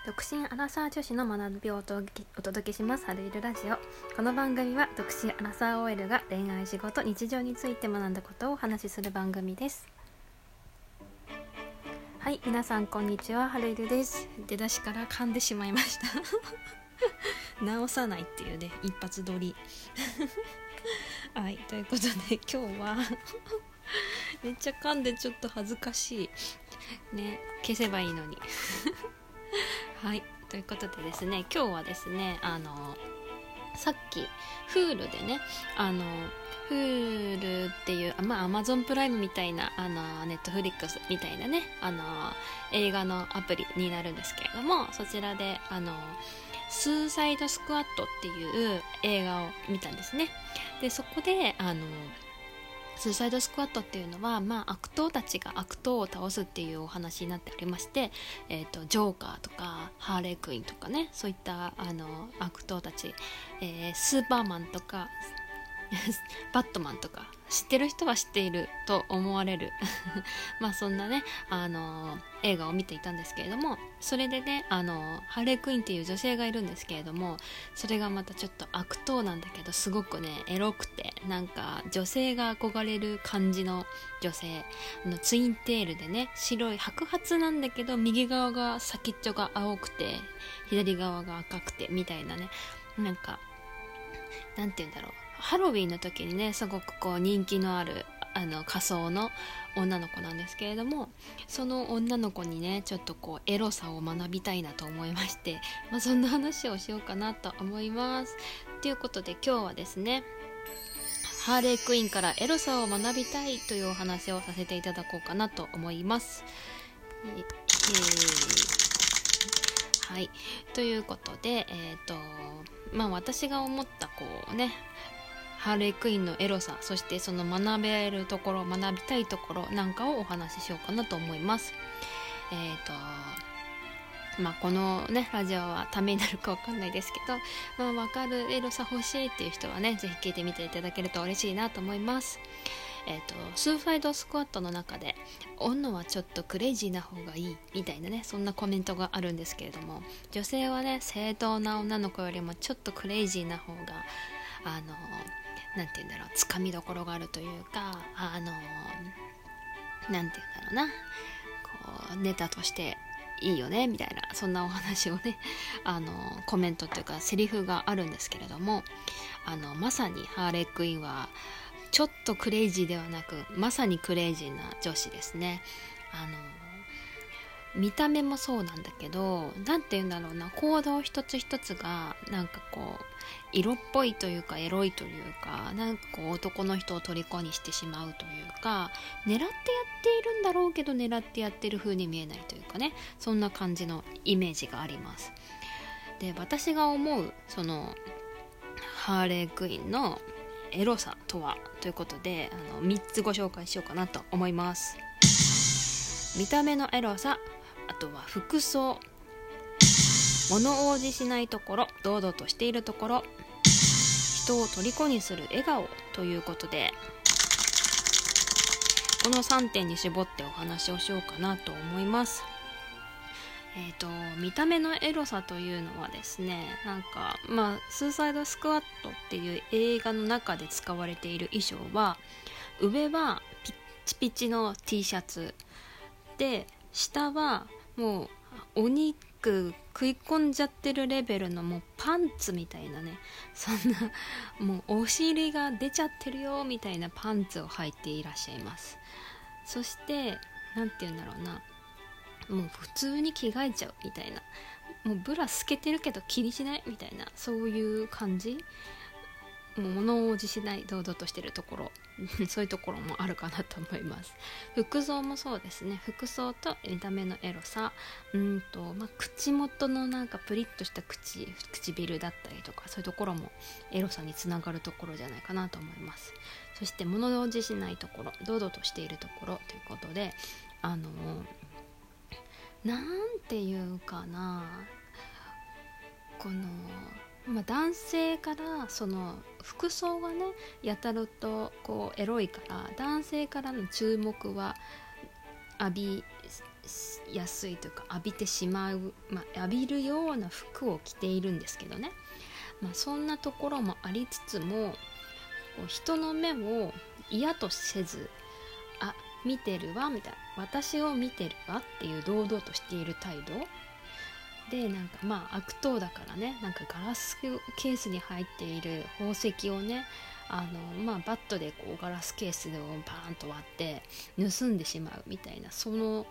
独身アラサー女子の学びをお届けします春いるラジオ。この番組は独身アラサー OL が恋愛、仕事、日常について学んだことをお話しする番組です。はい、皆さんこんにちは、春いるです。出だしから噛んでしまいました直さないっていうね、一発撮りはい、ということで今日はめっちゃ噛んでちょっと恥ずかしいね、消せばいいのにはい、ということでですね、今日はですね、さっき Hulu でね、Hulu っていうAmazon プライムみたいなNetflix みたいなね、映画のアプリになるんですけれども、そちらでスーサイドスクワットっていう映画を見たんですね。でそこでスーサイドスクワットっていうのは、悪党たちが悪党を倒すっていうお話になっておりまして、ジョーカーとかハーレークイーンとかね、そういった悪党たち、スーパーマンとかバットマンとか知ってる人は知っていると思われるそんなね、映画を見ていたんですけれども、それでね、ハーレークイーンっていう女性がいるんですけれども、それがまたちょっと悪党なんだけどすごくねエロくて、なんか女性が憧れる感じの女性、ツインテールでね、白い白髪なんだけど右側が先っちょが青くて左側が赤くてみたいなね、なんかなんて言うんだろう、ハロウィンの時にねすごくこう人気のある仮装の女の子なんですけれども、その女の子にねちょっとこうエロさを学びたいなと思いまして、そんな話をしようかなと思います。ということで今日はですね、ハーレークイーンからエロさを学びたいというお話をさせていただこうかなと思います。はい、ということで私が思ったこうね、ハーレークイーンのエロさ、そしてその学べるところ、学びたいところなんかをお話ししようかなと思います。このねラジオはためになるかわかんないですけど、わかるエロさ欲しいっていう人はね、ぜひ聞いてみていただけると嬉しいなと思います。スーサイドスクワットの中で女はちょっとクレイジーな方がいいみたいなね、そんなコメントがあるんですけれども、女性はね正当な女の子よりもちょっとクレイジーな方がなんて言うんだろう、つかみどころがあるというか、なんて言うんだろうな、こうネタとしていいよねみたいな、そんなお話をねコメントというかセリフがあるんですけれども、まさにハーレークイーンはちょっとクレイジーではなく、まさにクレイジーな女子ですね。見た目もそうなんだけど、なんて言うんだろうな、行動一つ一つがなんかこう色っぽいというかエロいというか、なんかこう男の人を虜にしてしまうというか、狙ってやっているんだろうけど狙ってやってる風に見えないというかね、そんな感じのイメージがあります。で、私が思うそのハーレークイーンのエロさとはということで、3つご紹介しようかなと思います。見た目のエロさ、あとは服装、物おじしないところ、堂々としているところ、人を虜にする笑顔ということで、この3点に絞ってお話をしようかなと思います。見た目のエロさというのはですね、なんかスーサイドスクワットっていう映画の中で使われている衣装は、上はピッチピチの T シャツで、下はもうお肉食い込んじゃってるレベルのもうパンツみたいなね、そんなもうお尻が出ちゃってるよみたいなパンツを履いていらっしゃいます。そしてなんて言うんだろうな、もう普通に着替えちゃうみたいな、もうブラ透けてるけど気にしないみたいな、そういう感じ、もう物おじしない堂々としてるところそういうところもあるかなと思います。服装もそうですね、服装と見た目のエロさ、口元のなんかプリッとした唇だったりとか、そういうところもエロさにつながるところじゃないかなと思います。そして物おじしないところ、堂々としているところということで、なんていうかな、この、男性からその服装がねやたらとこうエロいから、男性からの注目は浴びやすいというか浴びてしまう、浴びるような服を着ているんですけどね、そんなところもありつつも、こう人の目を嫌とせず、見てるわみたいな、私を見てるわっていう堂々としている態度で、なんか悪党だからね、なんかガラスケースに入っている宝石をね、バットでこうガラスケースをバーンと割って盗んでしまうみたいな、その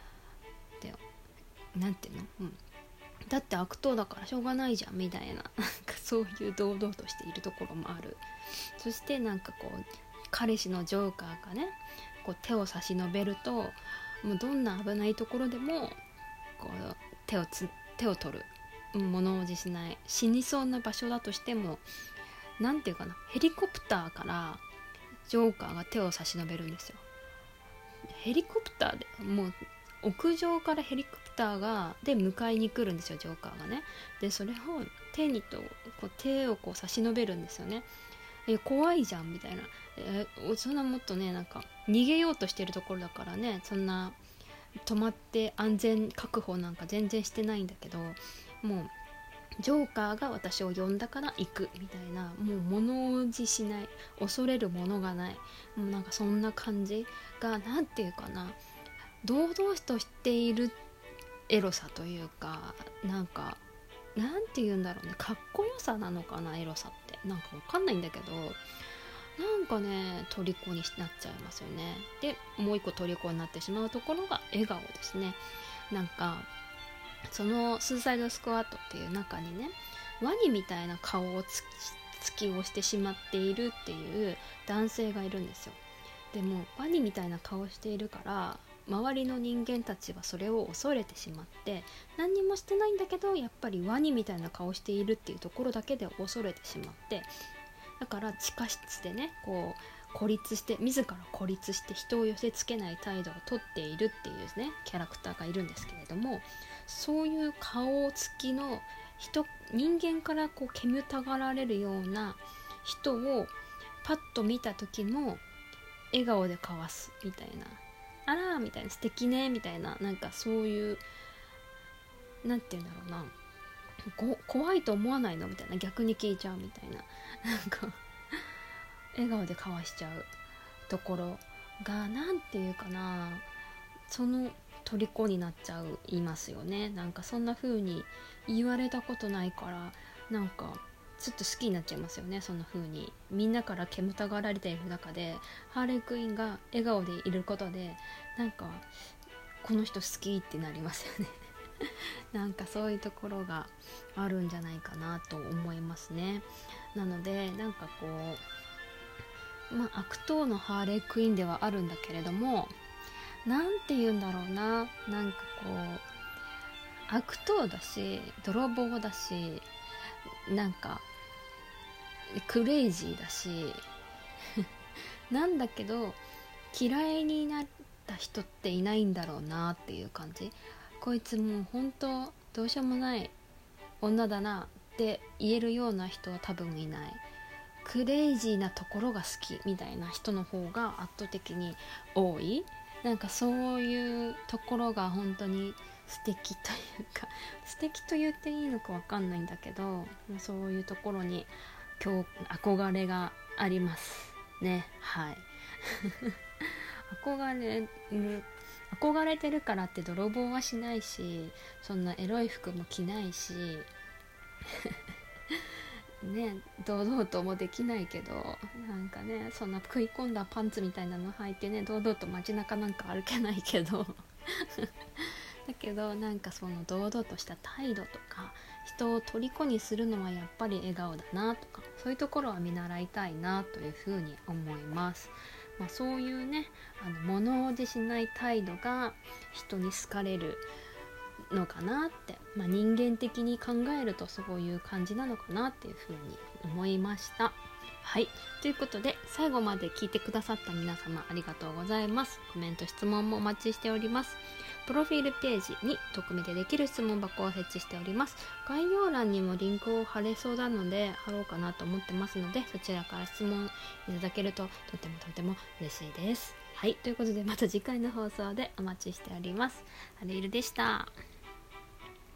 なんていうの、だって悪党だからしょうがないじゃんみたいな、なんかそういう堂々としているところもある。そしてなんかこう彼氏のジョーカーがね、こう手を差し伸べると、もうどんな危ないところでもこう手を取る、物おじしない、死にそうな場所だとしても、なんていうかな、ヘリコプターからジョーカーが手を差し伸べるんですよ。ヘリコプターでもう屋上からヘリコプターで迎えに来るんですよ、ジョーカーがね。でそれを手をこう差し伸べるんですよね。怖いじゃんみたいな、そんなもっとね、なんか逃げようとしてるところだからね、そんな止まって安全確保なんか全然してないんだけど、もうジョーカーが私を呼んだから行くみたいな、もう物おじしない、恐れるものがない、もうなんかそんな感じが、なんていうかな、堂々としているエロさというか、なんていうんだろうね、かっこよさなのかな、エロさってなんかわかんないんだけど、なんかね虜になっちゃいますよね。でもう一個虜になってしまうところが笑顔ですね。なんかそのスーサイドスクワットっていう中にね、ワニみたいな顔を突きをしてしまっているっていう男性がいるんですよ。でもワニみたいな顔しているから周りの人間たちはそれを恐れてしまって、何にもしてないんだけどやっぱりワニみたいな顔しているっていうところだけで恐れてしまって、だから地下室でね、こう自ら孤立して人を寄せつけない態度をとっているっていうねキャラクターがいるんですけれども、そういう顔つきの人間からこう煙たがられるような人をパッと見た時も笑顔で交わすみたいな、あらーみたいな、素敵ねみたいな、なんかそういう、なんていうんだろうな、怖いと思わないのみたいな、逆に聞いちゃうみたいな、なんか笑顔で交わしちゃうところが、なんていうかな、その虜になっちゃいますよね。なんかそんな風に言われたことないから、なんかちょっと好きになっちゃいますよね。そんな風にみんなから煙たがられている中でハーレークイーンが笑顔でいることで、なんかこの人好きってなりますよねなんかそういうところがあるんじゃないかなと思いますね。なのでなんかこう、悪党のハーレークイーンではあるんだけれども、なんて言うんだろうな、なんかこう悪党だし泥棒だし、なんかクレイジーだしなんだけど嫌いになった人っていないんだろうなっていう感じ。こいつもう本当どうしようもない女だなって言えるような人は多分いない。クレイジーなところが好きみたいな人の方が圧倒的に多い。なんかそういうところが本当に素敵というか、素敵と言っていいのか分かんないんだけど、そういうところに憧れがありますね。はい憧れてるからって泥棒はしないし、そんなエロい服も着ないしね、堂々ともできないけど、なんかね、そんな食い込んだパンツみたいなの履いてね、堂々と街中なんか歩けないけどだけどなんかその堂々とした態度とか、人を虜にするのはやっぱり笑顔だなとか、そういうところは見習いたいなというふうに思います。そういうね、物おじしない態度が人に好かれるのかなって、人間的に考えるとそういう感じなのかなっていうふうに思いました。はい、ということで最後まで聞いてくださった皆様ありがとうございます。コメント質問もお待ちしております。プロフィールページに匿名でできる質問箱を設置しております。概要欄にもリンクを貼れそうなので貼ろうかなと思ってますので、そちらから質問いただけるととても嬉しいです。 はい、ということでまた次回の放送でお待ちしております。はるいるでした。